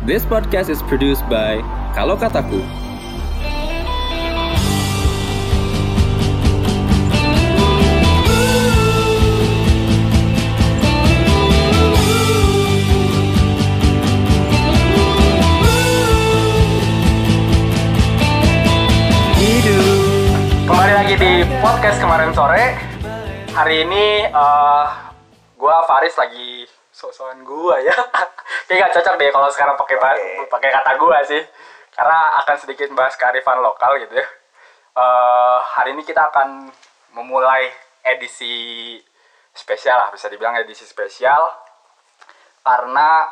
This podcast is produced by Kalau Kataku. Kembali lagi di podcast kemarin sore. Hari ini gua Faris lagi sok-sokan gua ya. Kayak gak cocok deh kalau sekarang pakai kata gua sih. Karena akan sedikit bahas kearifan lokal gitu ya. Hari ini kita akan memulai edisi spesial lah, bisa dibilang edisi spesial. Karena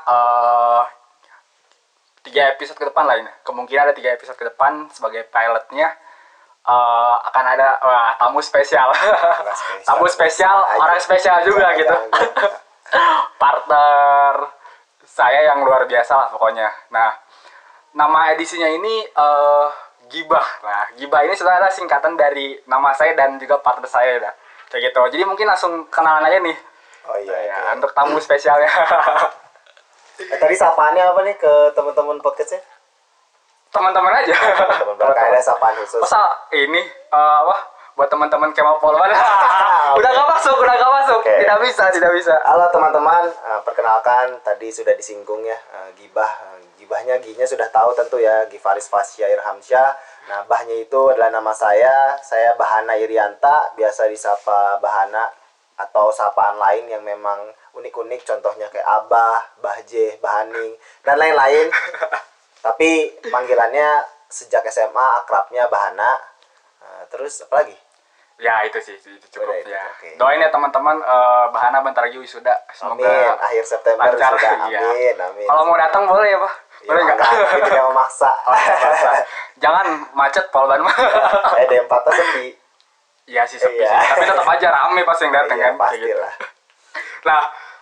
3 episode ke depan lah ini. Kemungkinan ada 3 episode ke depan sebagai pilotnya. Akan ada tamu spesial. Tamu spesial, orang spesial juga gitu. Partner saya yang luar biasa lah pokoknya. Nah, nama edisinya ini Gibah. Nah, Gibah ini sebenarnya singkatan dari nama saya dan juga partner saya dah. Kayak gitu. Jadi mungkin langsung kenalan aja nih. Oh iya. Ya, untuk tamu spesialnya. Tadi sapaannya apa nih ke teman-teman podcastnya? Teman-teman aja. Teman-teman ada sapaan khusus. Masa ini buat teman-teman Kemal Polwan. Udah gak masuk. Okay. Tidak bisa. Halo teman-teman, perkenalkan tadi sudah disinggung ya, Gibah. Gibahnya G-nya sudah tahu tentu ya, Gi Faris Fasya Irhamsyah. Nah, Bahnya itu adalah nama saya. Saya Bahana Irianta, biasa disapa Bahana atau sapaan lain yang memang unik-unik, contohnya kayak Abah, Bahje, Bahaning dan lain-lain. Tapi panggilannya sejak SMA akrabnya Bahana. Terus apa lagi? Ya itu sih, itu cukup Udah, ya. okay. Doain ya teman-teman, Bahana bentar lagi wisuda. Semoga Amin, akhir September lancar. sudah. Iya. Amin. Kalau mau datang boleh ya Pak? Boleh nggak? Tapi tidak memaksa. Jangan macet Polban mah. D4 sepi. Iya sih sepi. Iya. Sih. Tapi tetap aja rame pas yang datang Iya, kan. Kayak pastilah. Nah,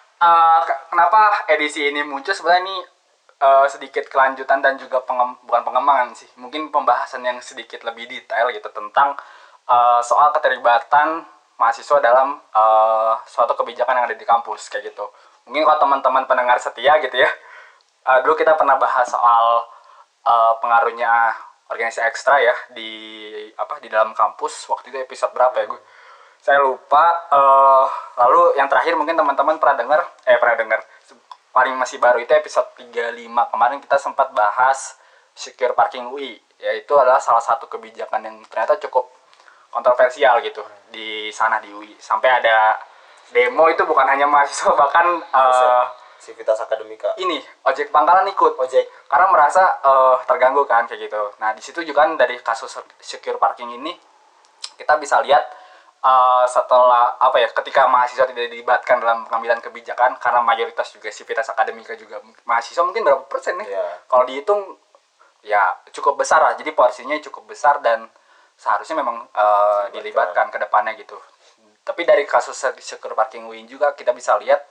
kenapa edisi ini muncul sebenarnya ini sedikit kelanjutan dan juga bukan pengembangan sih, mungkin pembahasan yang sedikit lebih detail gitu tentang soal keterlibatan mahasiswa dalam suatu kebijakan yang ada di kampus kayak gitu. Mungkin kalau teman-teman pendengar setia gitu ya, dulu kita pernah bahas soal pengaruhnya organisasi ekstra ya di dalam kampus. Waktu itu episode berapa ya gue? Saya lupa. Lalu yang terakhir mungkin teman-teman pernah dengar paling masih baru itu episode 35. Kemarin kita sempat bahas secure parking UI, yaitu adalah salah satu kebijakan yang ternyata cukup kontroversial gitu di sana di UI. Sampai ada demo, itu bukan hanya mahasiswa, bahkan Sivitas Akademika. ini ojek pangkalan ikut. Ojek. Karena merasa terganggu kan kayak gitu. Nah, di situ juga kan dari kasus secure parking ini kita bisa lihat setelah ketika mahasiswa tidak dilibatkan dalam pengambilan kebijakan, karena mayoritas juga Sivitas Akademika juga mahasiswa, mungkin berapa persen nih? Yeah. Kalau dihitung ya cukup besar lah, jadi porsinya cukup besar dan seharusnya memang dilibatkan ke depannya gitu. Tapi dari kasus secure parking UIN juga kita bisa lihat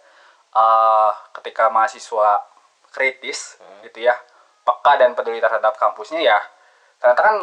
ketika mahasiswa kritis gitu ya, peka dan peduli terhadap kampusnya ya, ternyata kan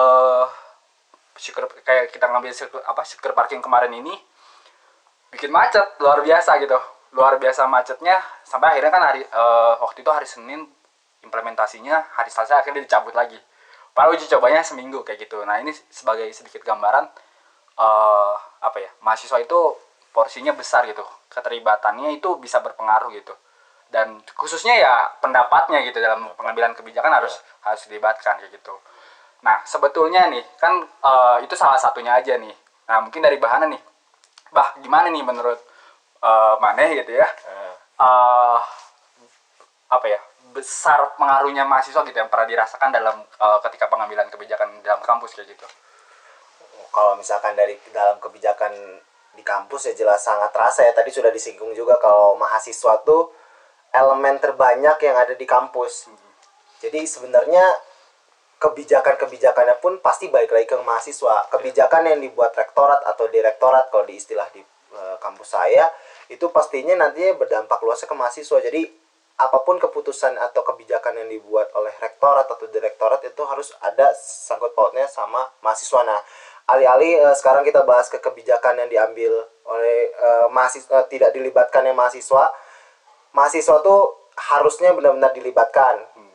kayak kita ngambil secure parking kemarin ini bikin macet luar biasa gitu, luar biasa macetnya, sampai akhirnya kan waktu itu hari Senin implementasinya, hari Selasa akhirnya dicabut lagi. Padahal uji cobanya seminggu kayak gitu. Nah, ini sebagai sedikit gambaran mahasiswa itu porsinya besar gitu, keterlibatannya itu bisa berpengaruh gitu, dan khususnya ya pendapatnya gitu dalam pengambilan kebijakan harus dilibatkan kayak gitu. Nah, sebetulnya nih kan itu salah satunya aja nih. Nah, mungkin dari Bahana nih, gimana nih menurut Maneh gitu ya, besar pengaruhnya mahasiswa gitu yang pernah dirasakan dalam ketika pengambilan kebijakan dalam kampus kayak gitu. Kalau misalkan dari dalam kebijakan di kampus ya jelas sangat terasa ya. Tadi sudah disinggung juga kalau mahasiswa tuh elemen terbanyak yang ada di kampus. Jadi sebenarnya kebijakan-kebijakannya pun pasti balik lagi ke mahasiswa. Kebijakan yang dibuat rektorat atau direktorat kalau di istilah di kampus saya itu pastinya nantinya berdampak luasnya ke mahasiswa. Jadi apapun keputusan atau kebijakan yang dibuat oleh rektorat atau direktorat itu harus ada sangkut pautnya sama mahasiswa. Nah, alih-alih sekarang kita bahas ke kebijakan yang diambil oleh mahasiswa, tidak dilibatkannya mahasiswa tuh harusnya benar-benar dilibatkan.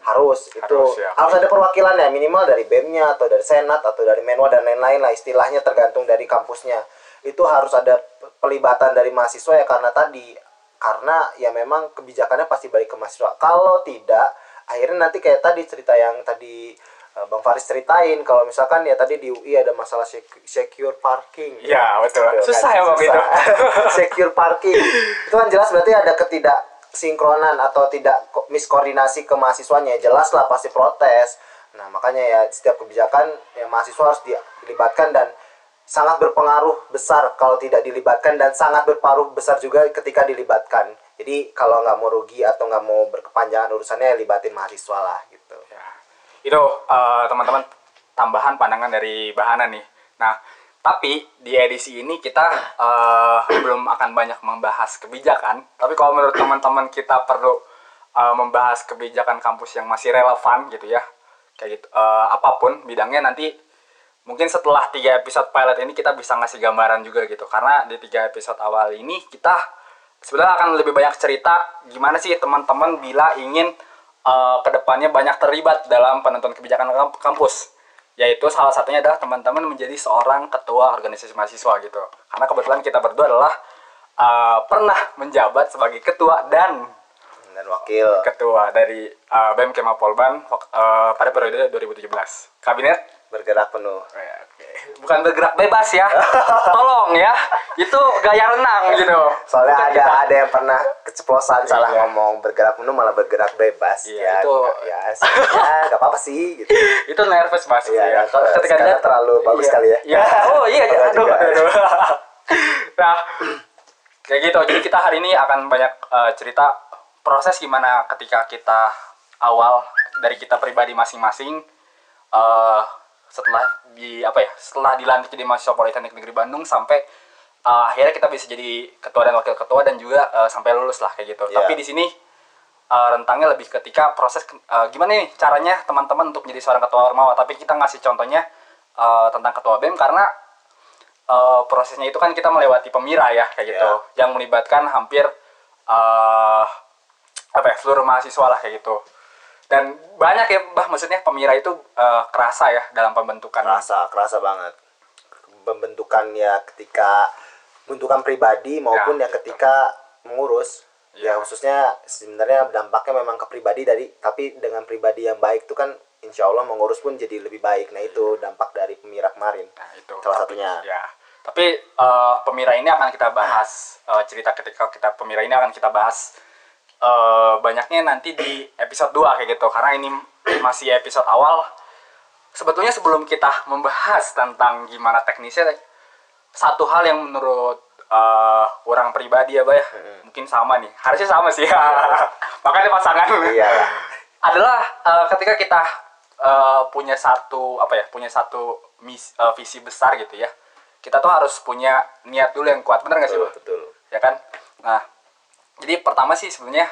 Harus ada perwakilan ya, minimal dari BEM-nya atau dari Senat atau dari Menwa dan lain-lain lah, istilahnya tergantung dari kampusnya. Itu harus ada pelibatan dari mahasiswa ya, karena ya memang kebijakannya pasti balik ke mahasiswa. Kalau tidak, akhirnya nanti kayak tadi cerita yang tadi Bang Faris ceritain, kalau misalkan ya tadi di UI ada masalah secure parking. Iya, betul. Susah kan? ya waktu itu. Secure parking. Itu kan jelas berarti ada ketidaksinkronan atau tidak miskoordinasi ke mahasiswanya. Jelas lah pasti protes. Nah, makanya ya setiap kebijakan ya mahasiswa harus dilibatkan, dan sangat berpengaruh besar kalau tidak dilibatkan, dan sangat berpengaruh besar juga ketika dilibatkan. Jadi kalau nggak mau rugi atau nggak mau berkepanjangan urusannya, ya libatin mahasiswa lah gitu. Ya. Itu teman-teman tambahan pandangan dari Bahana nih. Nah, tapi di edisi ini kita belum akan banyak membahas kebijakan. Tapi kalau menurut teman-teman kita perlu membahas kebijakan kampus yang masih relevan gitu ya. Kayak gitu, apapun bidangnya, nanti mungkin setelah 3 episode pilot ini kita bisa ngasih gambaran juga gitu. Karena di 3 episode awal ini kita sebenarnya akan lebih banyak cerita gimana sih teman-teman bila ingin kedepannya banyak terlibat dalam penentuan kebijakan kampus. Yaitu salah satunya adalah teman-teman menjadi seorang ketua organisasi mahasiswa gitu. Karena kebetulan kita berdua adalah pernah menjabat sebagai ketua dan wakil ketua dari BEM Kema Polban pada periode 2017. Kabinet bergerak penuh. Bukan bergerak bebas ya. Tolong ya. Itu gaya renang gitu. Soalnya ada yang pernah keceplosan salah ngomong bergerak penuh malah bergerak bebas. Iya, itu ya enggak apa-apa sih gitu. Itu nervous masuk ya. Ketika dia terlalu bagus kali ya. Iya. Oh iya, aduh. Nah, kayak gitu. Jadi kita hari ini akan banyak cerita proses gimana ketika kita awal dari kita pribadi masing-masing setelah dilantik jadi mahasiswa Politeknik Negeri Bandung sampai akhirnya kita bisa jadi ketua dan wakil ketua, dan juga sampai lulus lah kayak gitu. Tapi di sini rentangnya lebih ketika proses gimana nih caranya teman-teman untuk menjadi seorang ketua Ormawa. Tapi kita ngasih contohnya tentang ketua BEM karena prosesnya itu kan kita melewati pemira ya kayak gitu, yang melibatkan hampir seluruh mahasiswa lah kayak gitu. Dan banyak ya maksudnya pemira itu kerasa ya dalam pembentukan. Kerasa banget pembentukan ya, ketika pembentukan pribadi maupun ketika mengurus. Ya khususnya sebenarnya dampaknya memang ke pribadi tapi dengan pribadi yang baik itu kan insya Allah mengurus pun jadi lebih baik. Nah itu dampak dari pemira kemarin. Nah itu salah satunya. Ya. Tapi pemira ini akan kita bahas, cerita ketika kita pemira ini akan kita bahas banyaknya nanti di episode 2 kayak gitu. Karena ini masih episode awal. Sebetulnya sebelum kita membahas tentang gimana teknisnya, satu hal yang menurut orang pribadi ya, Bay, mungkin sama nih. Harusnya sama sih. Makanya pasangan. Iya. Adalah ketika kita punya satu visi besar gitu ya. Kita tuh harus punya niat dulu yang kuat. Bener nggak sih, Bang? Betul. Ya kan? Nah, jadi pertama sih sebenarnya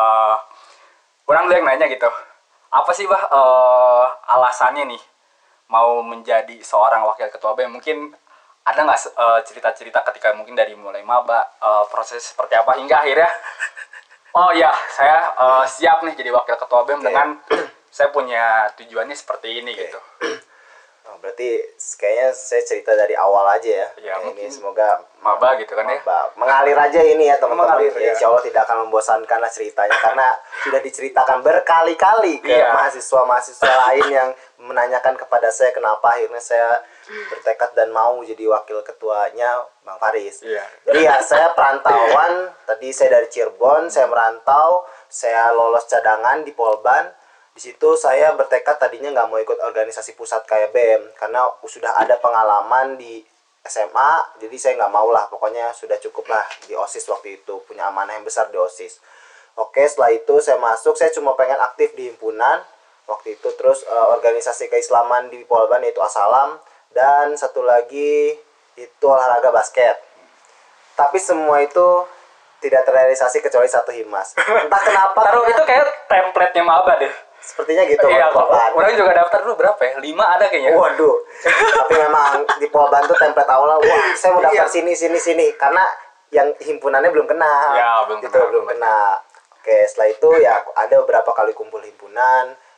orang dulu yang nanya gitu, apa sih alasannya nih mau menjadi seorang wakil ketua BEM? Mungkin ada nggak cerita-cerita ketika mungkin dari mulai maba, proses seperti apa hingga akhirnya oh ya saya siap nih jadi wakil ketua BEM dengan saya punya tujuannya seperti ini gitu. Oh, berarti kayaknya saya cerita dari awal aja ya. Ya ini semoga maba gitu kan ya. Mengalir aja ini ya teman-teman. Ya. Insya Allah tidak akan membosankan lah ceritanya karena sudah diceritakan berkali-kali ke mahasiswa-mahasiswa lain yang menanyakan kepada saya kenapa akhirnya saya bertekad dan mau jadi wakil ketuanya Bang Faris. Jadi ya saya perantauan, tadi saya dari Cirebon, saya merantau, saya lolos cadangan di Polban. Di situ saya bertekad tadinya nggak mau ikut organisasi pusat kayak BEM karena sudah ada pengalaman di SMA, jadi saya nggak mau lah, pokoknya sudah cukup lah di OSIS waktu itu, punya amanah yang besar di OSIS. Oke, setelah itu saya masuk, saya cuma pengen aktif di himpunan waktu itu, terus organisasi keislaman di Polban yaitu Asalam, dan satu lagi itu olahraga basket. Tapi semua itu tidak terrealisasi kecuali satu Himas. Entah kenapa. Taruh itu kayak template-nya maba deh. Sepertinya gitu. Iya, orang juga daftar dulu berapa ya? 5 ada kayaknya. Waduh. Tapi memang di Polban tuh template awalnya, wah saya mau daftar sini. Karena yang himpunannya belum kenal. Ya, belum kenal. Oke, setelah itu ya ada beberapa kali kumpul himpunan.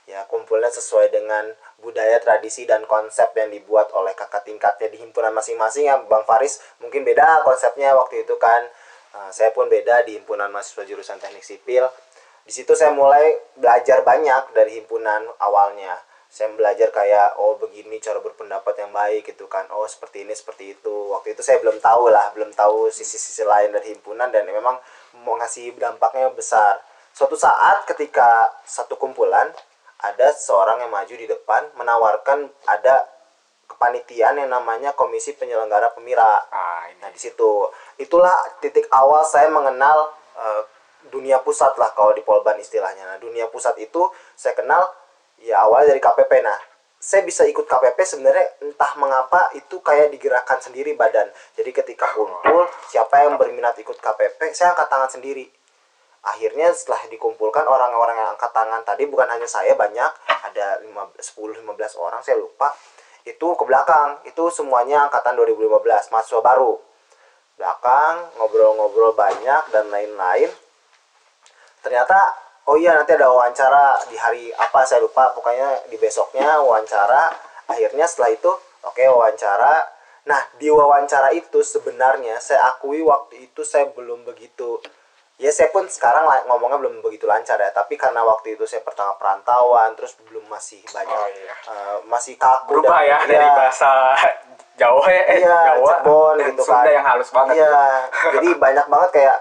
Ya kumpulnya sesuai dengan budaya, tradisi, dan konsep yang dibuat oleh kakak tingkatnya di himpunan masing-masing. Ya Bang Faris mungkin beda konsepnya waktu itu kan. Saya pun beda di himpunan mahasiswa jurusan teknik sipil. Di situ saya mulai belajar banyak dari himpunan awalnya. Saya belajar kayak begini cara berpendapat yang baik gitu kan. Seperti ini seperti itu. Waktu itu saya belum tahu sisi-sisi lain dari himpunan, dan memang mau ngasih dampaknya besar. Suatu saat ketika satu kumpulan ada seorang yang maju di depan menawarkan ada kepanitiaan yang namanya Komisi Penyelenggara Pemira. Nah di situ itulah titik awal saya mengenal dunia pusat lah kalau di Polban istilahnya. Nah dunia pusat itu saya kenal ya awalnya dari KPP. Nah saya bisa ikut KPP sebenarnya entah mengapa itu kayak digerakkan sendiri badan. Jadi ketika kumpul siapa yang berminat ikut KPP, saya angkat tangan sendiri. Akhirnya setelah dikumpulkan orang-orang yang angkat tangan tadi, bukan hanya saya, banyak, ada 10-15 orang, saya lupa. Itu ke belakang, itu semuanya angkatan 2015, mahasiswa baru. Belakang, ngobrol-ngobrol banyak dan lain-lain. Ternyata, nanti ada wawancara di hari apa, saya lupa, pokoknya di besoknya wawancara. Akhirnya setelah itu, wawancara. Nah, di wawancara itu sebenarnya saya akui waktu itu saya belum begitu. Ya saya pun sekarang ngomongnya belum begitu lancar ya, tapi karena waktu itu saya pertama perantauan, terus belum masih banyak, masih kaku. Berubah dari bahasa Jawa Jawa Cirebon gitu kan. Sunda yang halus banget. Iya, jadi banyak banget kayak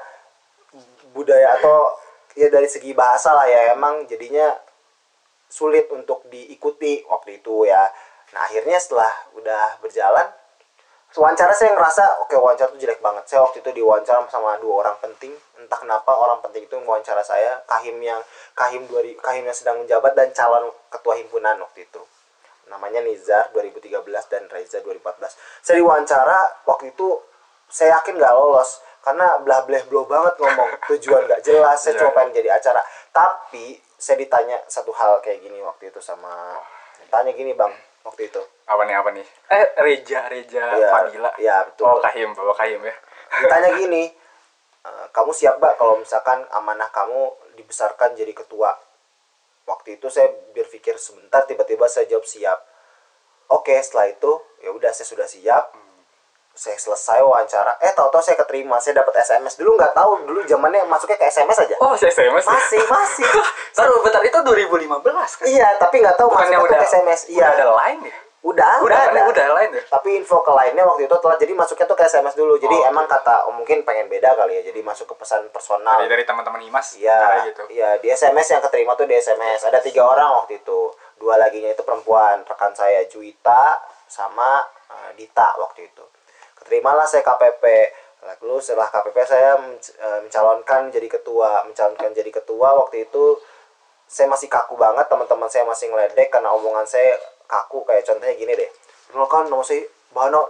budaya atau ya dari segi bahasa lah ya, emang jadinya sulit untuk diikuti waktu itu ya. Nah akhirnya setelah udah berjalan, wawancara saya ngerasa wawancara itu jelek banget. Saya waktu itu diwawancara sama 2 orang penting. Entah kenapa orang penting itu wawancara saya, kahim yang sedang menjabat dan calon ketua himpunan waktu itu. Namanya Nizar 2013 dan Reza 2014. Saya diwawancara waktu itu saya yakin gak lolos karena blah-blah-blah banget ngomong, tujuan gak jelas. Saya cuma pengen jadi acara. Tapi saya ditanya satu hal kayak gini waktu itu tanya gini Bang waktu itu. Apa nih? Reja ya, Fadila. Ya, betul. Bawa Kahim ya. Ditanya gini, kamu siap Mbak kalau misalkan amanah kamu dibesarkan jadi ketua? Waktu itu saya berpikir sebentar, tiba-tiba saya jawab siap. Setelah itu ya udah saya sudah siap. Saya selesai wawancara, tahu-tahu saya keterima. Saya dapat SMS. Dulu nggak tahu, dulu zamannya masuknya ke SMS aja. SMS. Masih. Bentar itu 2015 kan? Iya, tapi nggak tahu masuknya ke SMS. Iya. Udah ada line ya? Udah line ya. Tapi info ke lainnya waktu itu telah, jadi masuknya tuh ke SMS dulu. Jadi emang kata mungkin pengen beda kali ya. Jadi masuk ke pesan personal. Dari teman-teman IMAS. Iya. Gitu. Iya, di SMS yang keterima tuh di SMS. Ada 3 orang waktu itu. 2 laginya itu perempuan, rekan saya Juwita sama Dita waktu itu. Keterimalah saya KPP. Lalu setelah KPP saya mencalonkan jadi ketua. Waktu itu saya masih kaku banget, teman-teman saya masih ngeledek karena omongan saya kaku. Kayak contohnya gini deh, perkenalkan nama saya Bahana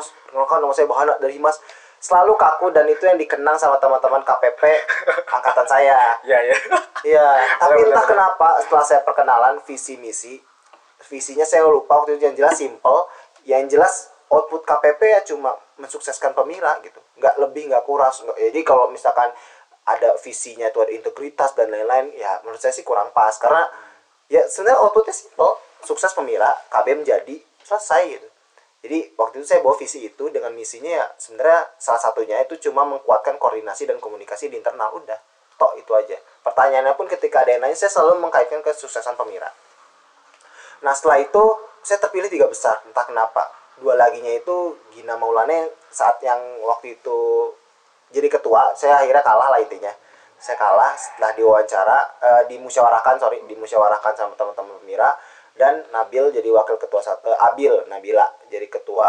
dari Himas. Selalu kaku, dan itu yang dikenang sama teman-teman KPP angkatan saya. Iya. Tapi entah kenapa setelah saya perkenalan visi misi, visinya saya lupa waktu itu. Yang jelas simple, yang jelas output KPP ya cuma mensukseskan pemira gitu, nggak lebih nggak kurang. Jadi kalau misalkan ada visinya itu ada integritas dan lain-lain, ya menurut saya sih kurang pas. Karena ya sebenarnya outputnya simple, sukses pemira, KBM jadi, selesai gitu. Jadi waktu itu saya bawa visi itu dengan misinya ya sebenarnya salah satunya itu cuma menguatkan koordinasi dan komunikasi di internal. Udah, itu aja. Pertanyaannya pun ketika ada yang nanya, saya selalu mengkaitkan kesuksesan pemira. Nah setelah itu saya terpilih 3 besar, entah kenapa. 2 laginya itu Gina Maulana, saat yang waktu itu jadi ketua, saya akhirnya kalah lah intinya. Saya kalah setelah dimusyawarahkan sama teman-teman pemira, dan Nabil jadi wakil ketua Nabila jadi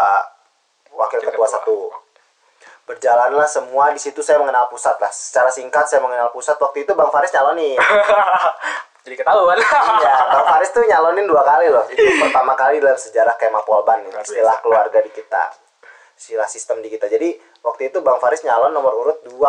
wakil ketua 1. Berjalanlah semua di situ. Saya mengenal pusat lah. Secara singkat saya mengenal pusat. Waktu itu Bang Faris nyalonin. Jadi ketahuan. Iya, Bang Faris tuh nyalonin 2 kali loh. Itu pertama kali dalam sejarah Kema Polban, istilah keluarga di kita, istilah sistem di kita. Jadi waktu itu Bang Faris nyalon nomor urut 2.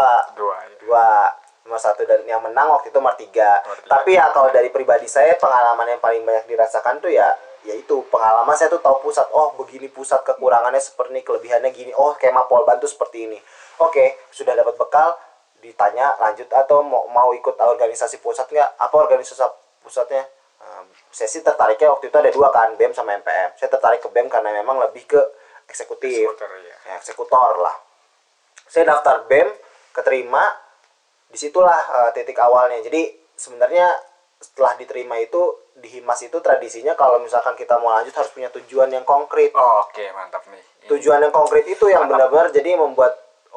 Nomor 1, dan yang menang waktu itu nomor 3. Tapi ya kalau dari pribadi saya, pengalaman yang paling banyak dirasakan tuh ya itu pengalaman saya tuh tahu pusat. Begini pusat, kekurangannya seperti ini, kelebihannya gini. Kema Polban tuh seperti ini. Sudah dapat bekal, ditanya lanjut atau mau ikut organisasi pusat nggak? Apa organisasi pusatnya? Saya sih tertariknya waktu itu ada dua kan, BEM sama MPM. Saya tertarik ke BEM karena memang lebih ke eksekutif, eksekutor lah. Saya daftar BEM, keterima, disitulah titik awalnya. Jadi sebenarnya setelah diterima itu di Himas itu tradisinya kalau misalkan kita mau lanjut harus punya tujuan yang konkret. Oke, mantap nih. Tujuan yang konkret itu yang benar-benar jadi membuat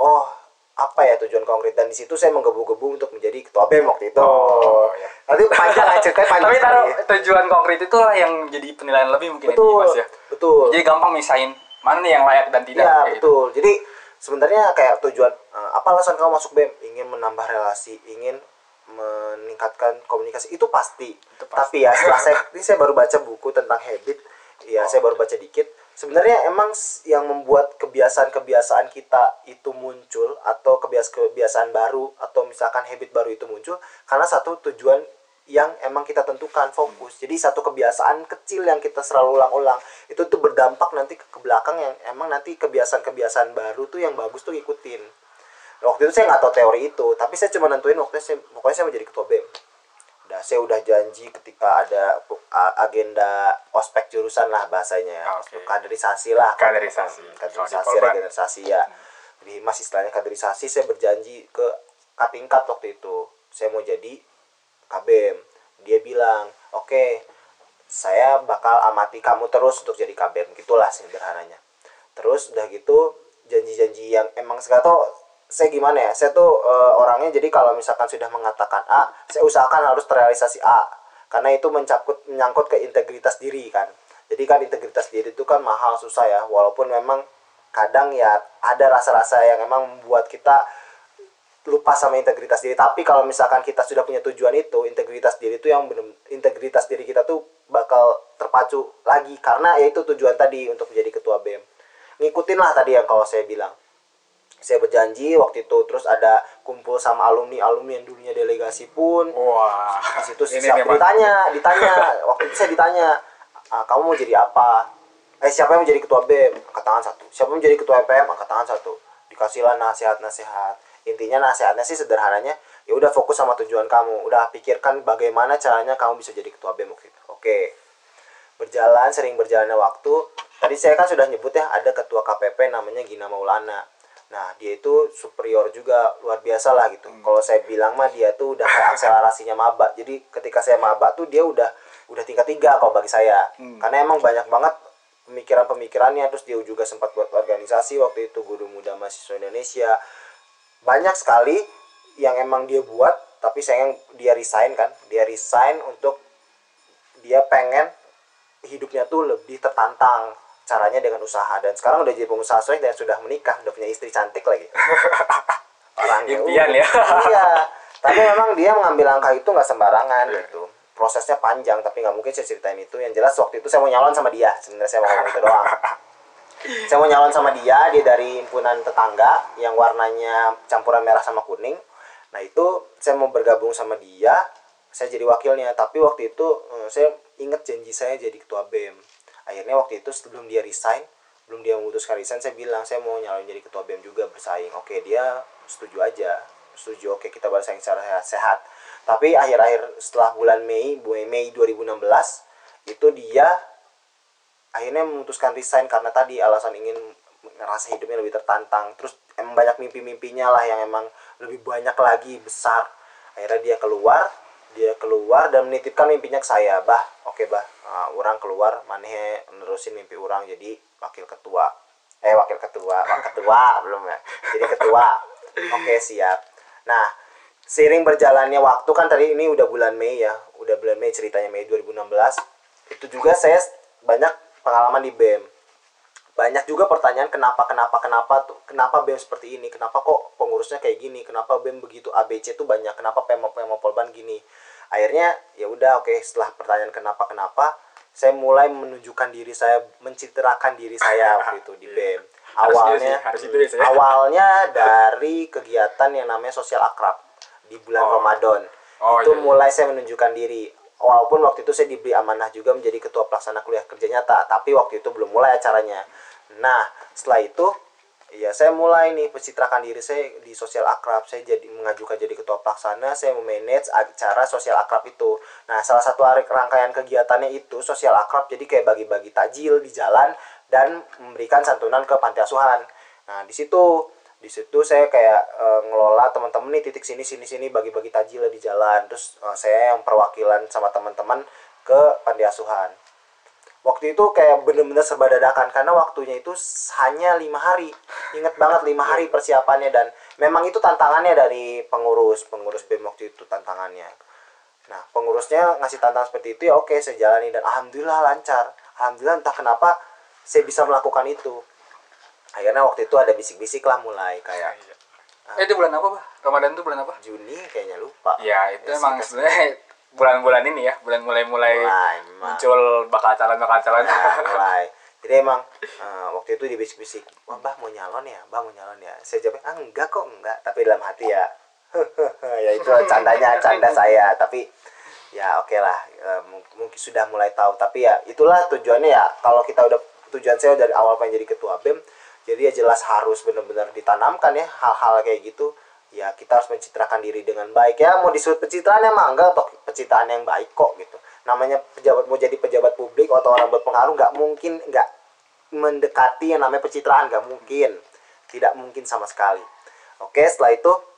apa ya tujuan konkret, dan di situ saya menggebu-gebu untuk menjadi ketua BEM waktu itu. Ya. Nanti panjang ceritanya panjang. Tapi taruh tujuan konkret itulah yang jadi penilaian lebih mungkin betul, Mas ya. Betul. Jadi gampang misahin mana nih yang layak dan tidak. Ya, Gitu. betul. Jadi sebenarnya kayak tujuan apa alasan kamu masuk BEM? Ingin menambah relasi, ingin meningkatkan komunikasi, itu pasti. Tapi ya setelah saya baru baca buku tentang habit. Ya, saya baru baca dikit. Sebenarnya emang yang membuat kebiasaan-kebiasaan kita itu muncul atau kebiasaan baru atau misalkan habit baru itu muncul karena satu tujuan yang emang kita tentukan, fokus. Jadi satu kebiasaan kecil yang kita selalu ulang-ulang itu tuh berdampak nanti ke belakang yang emang nanti kebiasaan-kebiasaan baru tuh yang bagus tuh ikutin. Waktu itu saya nggak tahu teori itu, tapi saya cuma nentuin pokoknya saya mau jadi ketua BEM. Saya udah janji ketika ada agenda ospek jurusan lah bahasanya, kaderisasi lah, kaderisasi regenerasi ya. Di Himas istilahnya kaderisasi. Saya berjanji ke Katingkat waktu itu saya mau jadi KBM. Dia bilang oke, saya bakal amati kamu terus untuk jadi KBM, gitulah sederhananya. Terus udah gitu janji-janji yang emang sekarang saya gimana ya, saya tuh orangnya jadi kalau misalkan sudah mengatakan A, saya usahakan harus terrealisasi A, karena itu menyangkut ke integritas diri kan. Jadi kan integritas diri itu kan mahal, susah ya, walaupun memang kadang ya ada rasa-rasa yang emang membuat kita lupa sama integritas diri. Tapi kalau misalkan kita sudah punya tujuan itu, integritas diri itu yang integritas diri kita tuh bakal terpacu lagi, karena ya itu tujuan tadi untuk menjadi ketua BEM. Ngikutin lah tadi yang kalau saya bilang. Saya berjanji waktu itu, terus ada kumpul sama alumni yang dulunya delegasi pun. Wah. Di situ ditanya. Waktu itu saya ditanya, kamu mau jadi apa? Siapa yang mau jadi ketua BEM? Angkat tangan satu. Siapa yang mau jadi ketua MPM? Angkat tangan satu. Dikasihlah nasihat. Intinya nasihatnya sih sederhananya, ya udah fokus sama tujuan kamu. Udah pikirkan bagaimana caranya kamu bisa jadi ketua BEM waktu itu. Oke. Sering berjalannya waktu. Tadi saya kan sudah nyebut ya, ada ketua KPP namanya Gina Maulana. Nah, dia itu superior juga, luar biasa lah gitu. Kalau saya bilang mah dia tuh udah kayak akselerasinya maba. Jadi ketika saya maba tuh dia udah tingkat 3 kalau bagi saya. Karena emang banyak banget pemikiran-pemikirannya. Terus dia juga sempat buat organisasi waktu itu, Guru Muda Mahasiswa Indonesia. Banyak sekali yang emang dia buat, tapi sayang dia resign kan. Dia resign untuk dia pengen hidupnya tuh lebih tertantang. Caranya dengan usaha, dan sekarang udah jadi pengusaha sukses dan sudah menikah, udah punya istri cantik lagi. Orangnya impian ya. Iya. Tapi memang dia mengambil langkah itu nggak sembarangan gitu. Prosesnya panjang, tapi nggak mungkin saya ceritain itu. Yang jelas waktu itu saya mau nyalon sama dia. Sebenarnya saya mau ngomong itu doang. Saya mau nyalon sama dia dari himpunan tetangga yang warnanya campuran merah sama kuning. Nah itu saya mau bergabung sama dia. Saya jadi wakilnya. Tapi waktu itu saya ingat janji saya jadi ketua BEM. Akhirnya waktu itu sebelum dia resign, belum dia memutuskan resign, saya bilang saya mau nyalon jadi ketua BEM juga, bersaing. Oke, dia setuju aja. Setuju, oke, kita bersaing secara sehat. Tapi akhir-akhir setelah bulan Mei 2016, itu dia akhirnya memutuskan resign karena tadi alasan ingin ngerasa hidupnya lebih tertantang. Terus emang banyak mimpi-mimpinya lah yang emang lebih banyak lagi, besar. Akhirnya dia keluar dan menitipkan mimpinya ke saya. Oke orang keluar, maneh nerusin mimpi orang jadi wakil ketua belum ya, jadi ketua. Oke, siap. Nah, seiring berjalannya waktu kan tadi ini udah bulan Mei ya, ceritanya Mei 2016. Itu juga saya banyak pengalaman di BEM. Banyak juga pertanyaan kenapa BEM seperti ini, kenapa kok pengurusnya kayak gini, kenapa BEM begitu ABC tuh banyak, kenapa Pemopolban gini. Akhirnya ya udah oke, setelah pertanyaan kenapa saya mulai menunjukkan diri saya, mencitrakan diri saya waktu itu di BEM. Awalnya dari kegiatan yang namanya sosial akrab di bulan Ramadan. Mulai saya menunjukkan diri. Walaupun waktu itu saya diberi amanah juga menjadi ketua pelaksana kuliah kerja nyata, tapi waktu itu belum mulai acaranya. Nah, setelah itu Iya, saya mulai nih pencitrakan diri saya di sosial akrab. Saya jadi mengajukan jadi ketua pelaksana, saya memanage acara sosial akrab itu. Nah, salah satu rangkaian kegiatannya itu sosial akrab, jadi kayak bagi-bagi takjil di jalan dan memberikan santunan ke panti asuhan. Nah, di situ saya kayak ngelola teman-teman nih titik sini bagi-bagi takjil di jalan. Terus saya yang perwakilan sama teman-teman ke panti asuhan. Waktu itu kayak bener-bener serba dadakan karena waktunya itu hanya 5 hari. Ingat banget 5 hari persiapannya, dan memang itu tantangannya dari pengurus BEM waktu itu tantangannya. Nah, pengurusnya ngasih tantangan seperti itu, ya oke, saya jalani dan alhamdulillah lancar. Alhamdulillah, entah kenapa saya bisa melakukan itu. Akhirnya waktu itu ada bisik-bisik lah mulai kayak Itu bulan apa, Bah? Ramadan itu bulan apa? Juni kayaknya, lupa. Ya, itu emang sebenarnya bulan-bulan ini ya, bulan mulai muncul bakal calon. Nah, mulai. Jadi emang waktu itu dibisik-bisik, wah Bah mau nyalon ya. Saya jawab, enggak kok, enggak. Tapi dalam hati ya, ya itu canda saya. Tapi ya oke lah, mungkin sudah mulai tahu. Tapi ya itulah tujuannya ya. Kalau kita udah, tujuan saya dari awal pengen jadi ketua BEM, jadi ya jelas harus benar-benar ditanamkan ya hal-hal kayak gitu. Ya kita harus mencitrakan diri dengan baik ya, mau disebut pencitraan emang enggak, atau pencitraan yang baik kok gitu. Namanya pejabat, mau jadi pejabat publik atau orang berpengaruh, nggak mungkin nggak mendekati yang namanya pencitraan, nggak mungkin, tidak mungkin sama sekali. Oke, setelah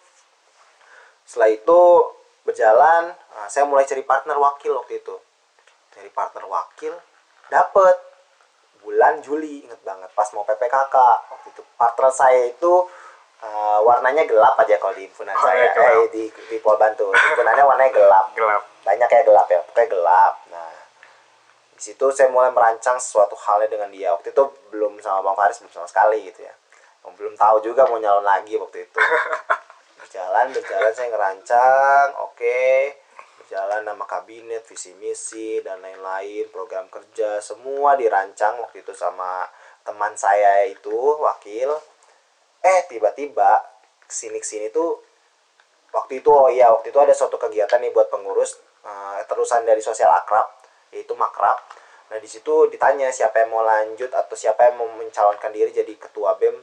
itu berjalan, saya mulai cari partner wakil waktu itu. Cari partner wakil, dapet bulan Juli, inget banget, pas mau PPKK waktu itu. Partner saya itu warnanya gelap aja kalau di himpunan saya, di Polbantu. Himpunannya warnanya gelap. Banyak kayak gelap ya, pokoknya gelap. Nah, di situ saya mulai merancang sesuatu halnya dengan dia. Waktu itu belum sama Bang Faris, belum sama sekali gitu ya. Belum tahu juga mau nyalon lagi waktu itu. Berjalan saya ngerancang, berjalan nama kabinet, visi misi dan lain-lain, program kerja semua dirancang waktu itu sama teman saya itu wakil. Tiba-tiba kesini tuh waktu itu ada suatu kegiatan nih buat pengurus, terusan dari sosial akrab, yaitu makrab. Nah, di situ ditanya siapa yang mau lanjut atau siapa yang mau mencalonkan diri jadi ketua BEM.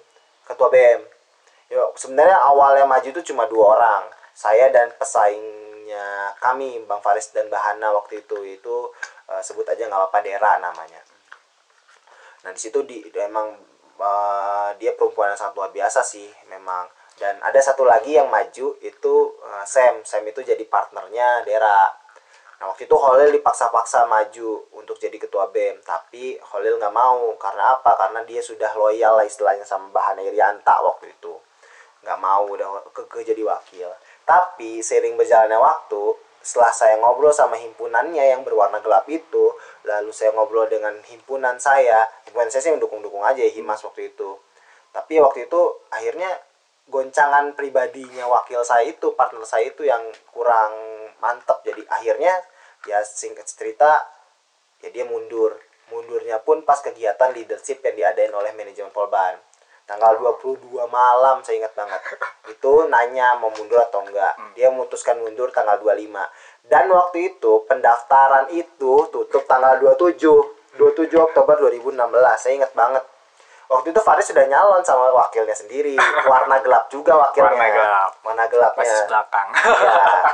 Sebenarnya awalnya maju itu cuma 2 orang, saya dan pesaingnya kami, Bang Faris dan Mbak Hana waktu itu sebut aja nggak apa-apa, Dera namanya. Nah, di situ emang dia perempuan yang sangat luar biasa sih memang. Dan ada satu lagi yang maju itu Sam itu jadi partnernya Dera. Nah, waktu itu Holil dipaksa-paksa maju untuk jadi ketua BEM, tapi Holil nggak mau. Karena apa? Karena dia sudah loyal lah istilahnya sama Mbak Hana Irianta waktu itu, nggak mau udah ke jadi wakil. Tapi seiring berjalannya waktu, setelah saya ngobrol sama himpunannya yang berwarna gelap itu, lalu saya ngobrol dengan himpunan saya sih mendukung-dukung aja ya, Himas waktu itu. Tapi waktu itu akhirnya goncangan pribadinya wakil saya itu, partner saya itu yang kurang mantap. Jadi akhirnya ya singkat cerita ya dia mundurnya pun pas kegiatan leadership yang diadain oleh manajemen Polban. Tanggal 22 malam saya ingat banget. Itu nanya mau mundur atau enggak. Dia memutuskan mundur tanggal 25. Dan waktu itu pendaftaran itu tutup tanggal 27 Oktober 2016. Saya ingat banget. Waktu itu Faris sudah nyalon sama wakilnya sendiri. Warna gelap juga wakilnya. Warna gelapnya. Pas belakang. Ya.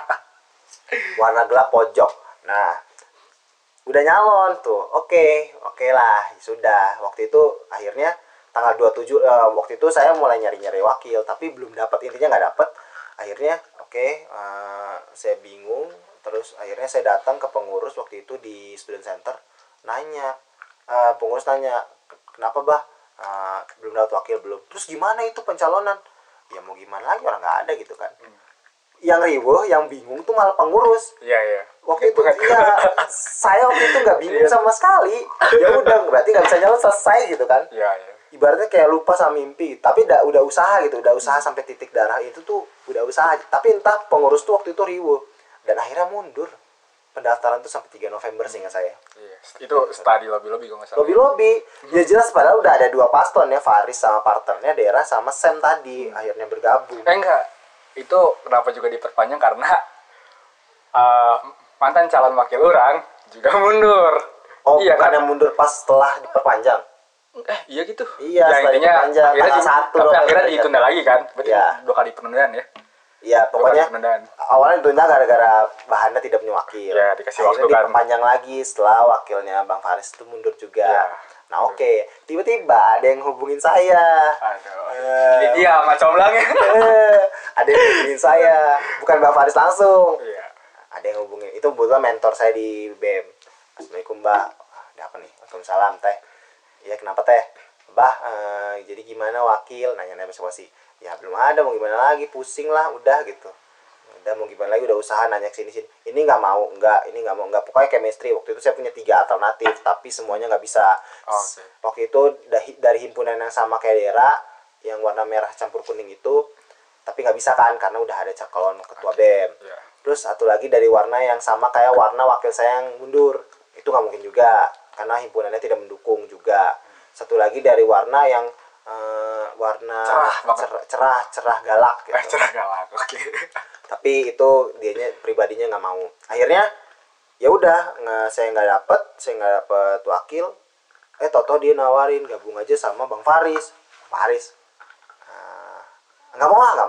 Warna gelap pojok. Nah, udah nyalon tuh. Oke lah, sudah. Waktu itu akhirnya tanggal 27 waktu itu saya mulai nyari wakil, tapi belum dapat, intinya nggak dapat. Akhirnya saya bingung, terus akhirnya saya datang ke pengurus waktu itu di student center, pengurus nanya, kenapa Bah belum dapat wakil belum? Terus gimana itu pencalonan? Ya mau gimana lagi, orang nggak ada gitu kan. Yang riweuh, yang bingung tuh malah pengurus. Iya. Waktu itu saya waktu itu nggak bingung sama sekali. Ya udah, berarti nggak bisa nyalon, selesai gitu kan. Iya. Ibaratnya kayak lupa sama mimpi, tapi udah usaha gitu, udah usaha sampai titik darah itu tuh udah usaha. Tapi entah pengurus tuh waktu itu riweuh dan akhirnya mundur. Pendaftaran tuh sampai 3 November seingat saya. Iya. Itu setelah di lobby kok nggak salah. Lobby. Ya jelas, padahal udah ada 2 paslon ya, Faris sama partnernya Dera sama Sam tadi akhirnya bergabung. Enggak. Itu kenapa juga diperpanjang karena mantan calon wakil orang juga mundur. Iya, karena mundur pas setelah diperpanjang. Iya gitu. Iya, Ya, setelah intinya diperpanjang akhirnya tanggal 1 tapi November akhirnya ya. ditunda lagi kan. Berarti Iya. 2 kali penundaan ya. Iya, 2 kali pokoknya penundaan. awalnya ditunda gara-gara bahannya tidak punya wakil. Ya, dikasih Akhirnya waktu kan. diperpanjang lagi setelah wakilnya Bang Faris itu mundur juga. Ya. Nah, oke. Tiba-tiba ada yang hubungin saya. Aduh. Eh, Jadi dia macam lang ya. ada yang hubungin saya, bukan Bang Faris langsung. Iya. Ada yang hubungin. Itu kebetulan mentor saya di BEM. Assalamualaikum, Mbak. Ada apa nih? Waalaikumsalam, Teh. Iya, kenapa, Teh? Mbah, jadi gimana wakil? Nanya-nanya basa-basi. Ya belum ada, mau gimana lagi, pusing lah, udah gitu. Udah mau gimana lagi, udah usaha nanya sini-sini. Ini nggak mau, ini nggak mau, enggak. Pokoknya chemistry. Waktu itu saya punya 3 alternatif, tapi semuanya nggak bisa. Oke. Waktu itu dari himpunan yang sama kayak Dera, yang warna merah campur kuning itu, tapi nggak bisa kan, karena udah ada calon ketua BEM. Iya. Terus satu lagi dari warna yang sama kayak warna wakil saya yang mundur. Itu nggak mungkin juga, karena himpunannya tidak mendukung juga. Satu lagi dari warna yang warna Cerah banget. cerah galak gitu. Cerah galak. Oke. Tapi itu dianya pribadinya nggak mau. Akhirnya ya udah, saya nggak dapet wakil. Toto dia nawarin gabung aja sama Bang Faris. Faris nggak mau, udah nggak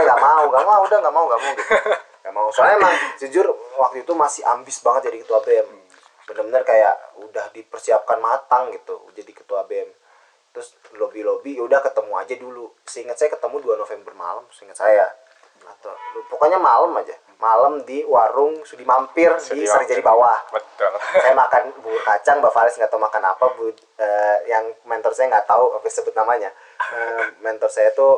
mau gitu. Nggak mau, soalnya emang jujur waktu itu masih ambis banget jadi ketua BEM. Bener-bener kayak udah dipersiapkan matang gitu jadi ketua BEM. Terus lobby udah ketemu aja dulu. Seingat saya ketemu 2 November malam, seingat saya. Atau pokoknya malam aja. Malam di warung Sudi Mampir di Sarijadi Bawah. Betul. Saya makan bubur kacang, Mbak Faris nggak tahu makan apa. Yang mentor saya nggak tahu, oke sebut namanya. Mentor saya tuh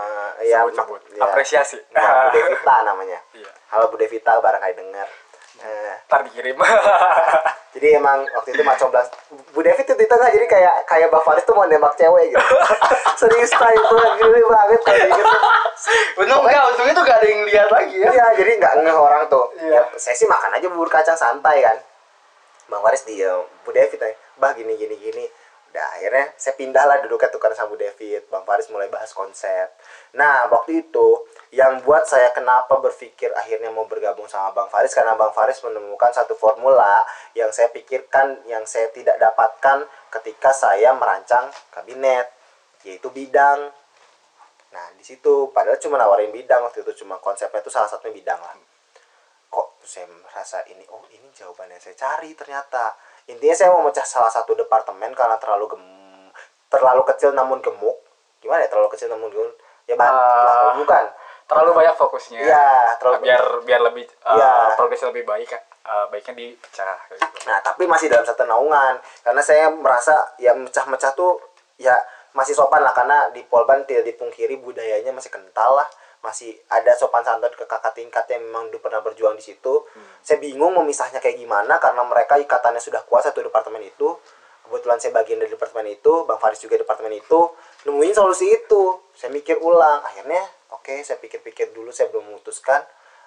Sebut. ya, Apresiasi. Bu Devita namanya. Iya. Halo Bu Devita, barangkali dengar. Ntar dikirim. Jadi emang waktu itu macam belas Bu Devi tuh di tengah, jadi kayak Bang Faris tuh mau nembak cewek gitu. Serius lah itu gini banget kayak gitu. Untung untungnya tuh gak ada yang lihat lagi ya. Iya, jadi nggak ngeh orang tuh. Iya. Ya, saya sih makan aja bubur kacang santai kan. Bang Faris diem, Bu Devi tanya, "Bah gini." Udah akhirnya saya pindah lah duduknya tukar sama Bu David. Bang Faris mulai bahas konsep. Nah waktu itu yang buat saya kenapa berpikir akhirnya mau bergabung sama Bang Faris, karena Bang Faris menemukan satu formula yang saya pikirkan, yang saya tidak dapatkan ketika saya merancang kabinet, yaitu bidang. Nah di situ padahal cuma nawarin bidang waktu itu, cuma konsepnya itu salah satunya bidang lah. Kok saya merasa ini jawaban yang saya cari ternyata. Intinya saya mau mecah salah satu departemen karena terlalu kecil namun gemuk. Gimana ya terlalu kecil namun gemuk? Ya bukan. Terlalu banyak fokusnya. Iya, biar lebih progresnya lebih baik kan. Baiknya dipecah gitu. Nah, tapi masih dalam satu naungan. Karena saya merasa ya mecah-mecah tuh ya masih sopan lah, karena di Polban tidak dipungkiri budayanya masih kental lah. Masih ada sopan santun ke kakak tingkat yang memang pernah berjuang di situ. Saya bingung memisahnya kayak gimana karena mereka ikatannya sudah kuat satu departemen itu. Kebetulan saya bagian dari departemen itu, Bang Faris juga departemen itu. Nemuin solusi itu. Saya mikir ulang. Akhirnya saya pikir-pikir dulu, saya belum memutuskan.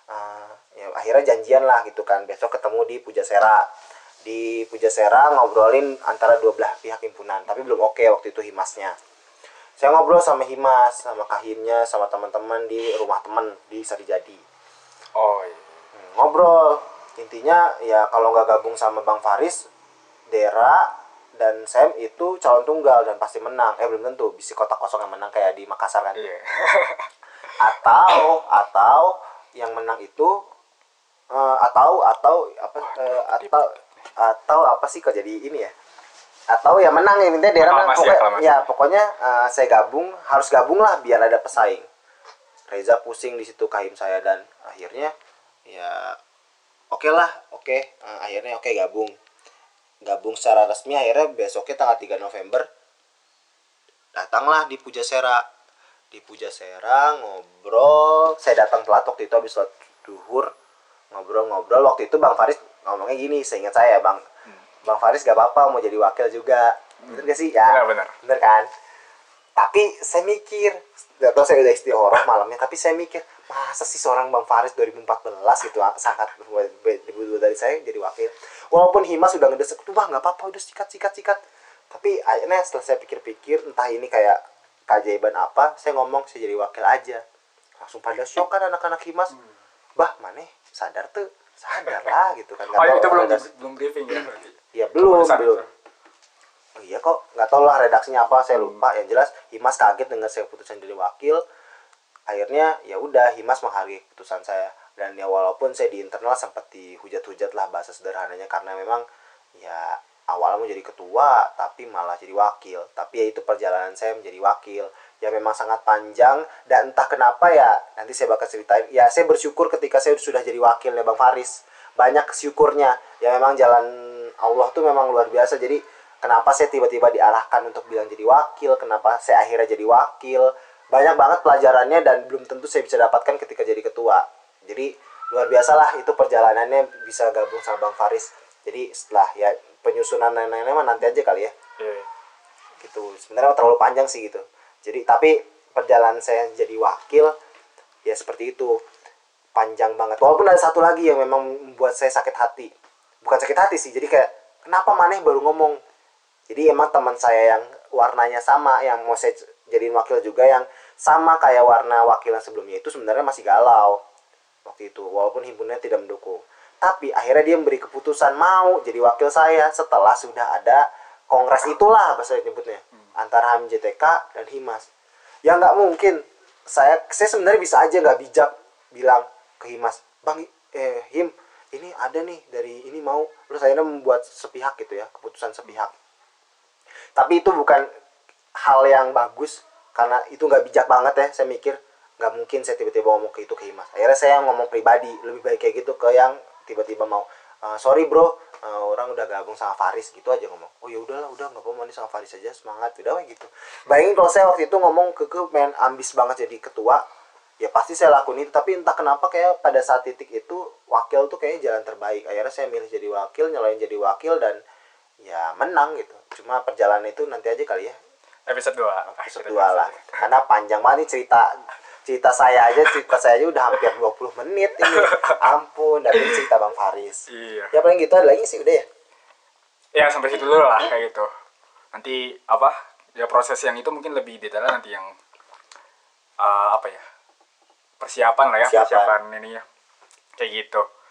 Ya, akhirnya janjian lah gitu kan. Besok ketemu di Pujasera. Di Pujasera ngobrolin antara dua belah pihak himpunan. Tapi belum waktu itu himasnya. Saya ngobrol sama Himas, sama Kahimnya, sama teman-teman di rumah teman di Sarijadi. Oh iya. Ngobrol. Intinya ya kalau nggak gabung sama Bang Faris, Dera dan Sam itu calon tunggal dan pasti menang. Belum tentu, bisa kotak kosong yang menang kayak di Makassar kan. Iya. atau yang menang itu atau apa sih kok jadi ini ya? Atau ya menang ya, intinya Dera menang. Pokoknya saya harus gabung lah biar ada pesaing. Reza pusing di situ, Kahim saya, dan akhirnya ya akhirnya gabung secara resmi. Akhirnya besoknya tanggal 3 November datanglah di Pujasera ngobrol. Saya datang telat waktu itu habis sholat duhur, ngobrol. Waktu itu Bang Faris ngomongnya gini, seingat saya, Bang Faris gak apa-apa mau jadi wakil juga. Bener gak sih? Ya, bener kan? Tapi saya mikir, gak tau saya udah istirahat malamnya, tapi saya mikir, masa sih seorang Bang Faris 2014 gitu, sangat debut dari saya jadi wakil. Walaupun Himas sudah ngedesek, tuh Bang gak apa-apa, udah sikat. Tapi akhirnya setelah saya pikir-pikir, entah ini kayak keajaiban apa, saya ngomong saya jadi wakil aja. Langsung pada shock kan anak-anak Himas. Bah, maneh sadar lah gitu kan. Itu belum briefing ya berarti? Ya belum. iya kok, nggak tahu lah redaksinya apa, saya lupa. Yang jelas Himas kaget dengan saya keputusan jadi wakil. Akhirnya ya udah, Himas menghargai keputusan saya. Dan ya walaupun saya di internal sempat dihujat-hujat lah bahasa sederhananya, karena memang ya awalnya mau jadi ketua tapi malah jadi wakil. Tapi ya itu perjalanan saya menjadi wakil ya memang sangat panjang, dan entah kenapa ya nanti saya bakal ceritain. Ya saya bersyukur ketika saya sudah jadi wakilnya Bang Faris, banyak syukurnya ya, memang jalan Allah tuh memang luar biasa. Jadi kenapa saya tiba-tiba diarahkan untuk bilang jadi wakil, kenapa saya akhirnya jadi wakil, banyak banget pelajarannya dan belum tentu saya bisa dapatkan ketika jadi ketua. Jadi luar biasa lah itu perjalanannya bisa gabung sama Bang Faris. Jadi setelah ya penyusunan lain-lainnya mah nanti aja kali ya. Gitu. Sebenarnya terlalu panjang sih gitu. Jadi tapi perjalanan saya jadi wakil ya seperti itu. Panjang banget. Walaupun ada satu lagi yang memang membuat saya sakit hati. Bukan sakit hati sih. Jadi kayak kenapa Maneh baru ngomong. Jadi emang teman saya yang warnanya sama, yang mau saya jadiin wakil juga, yang sama kayak warna wakil yang sebelumnya itu sebenarnya masih galau waktu itu, walaupun himpunannya tidak mendukung. Tapi akhirnya dia memberi keputusan mau jadi wakil saya setelah sudah ada kongres itulah bahasa nyebutnya, antara HMJTK dan Himas. Ya nggak mungkin, saya sebenarnya bisa aja nggak bijak bilang ke Himas, Bang Him, ini ada nih dari ini mau, terus akhirnya membuat sepihak gitu ya, keputusan sepihak. Tapi itu bukan hal yang bagus, karena itu nggak bijak banget ya, saya mikir nggak mungkin saya tiba-tiba ngomong ke itu ke Himas. Akhirnya saya ngomong pribadi, lebih baik kayak gitu ke yang tiba-tiba mau, sorry bro, orang udah gabung sama Faris, gitu aja ngomong. Oh ya udahlah, udah nggak apa-apa nih sama Faris aja, semangat, udah gitu. Bayangin kalau saya waktu itu ngomong ke main ambis banget jadi ketua, ya pasti saya lakuin itu. Tapi entah kenapa kayak pada saat titik itu wakil tuh kayaknya jalan terbaik. Akhirnya saya milih jadi wakil, nyalain jadi wakil, dan ya menang gitu. Cuma perjalanan itu nanti aja kali ya, Episode 2. episode 2 lah, karena panjang banget nih cerita saya aja udah hampir 20 menit ini. Ampun, dari cerita Bang Faris. Iya. Ya paling gitu, ada lagi sih udah ya. Ya sampai situ dulu lah kayak gitu. Nanti apa? Ya proses yang itu mungkin lebih detail nanti yang apa ya? Persiapan lah ya, persiapan ini ya. Kayak gitu.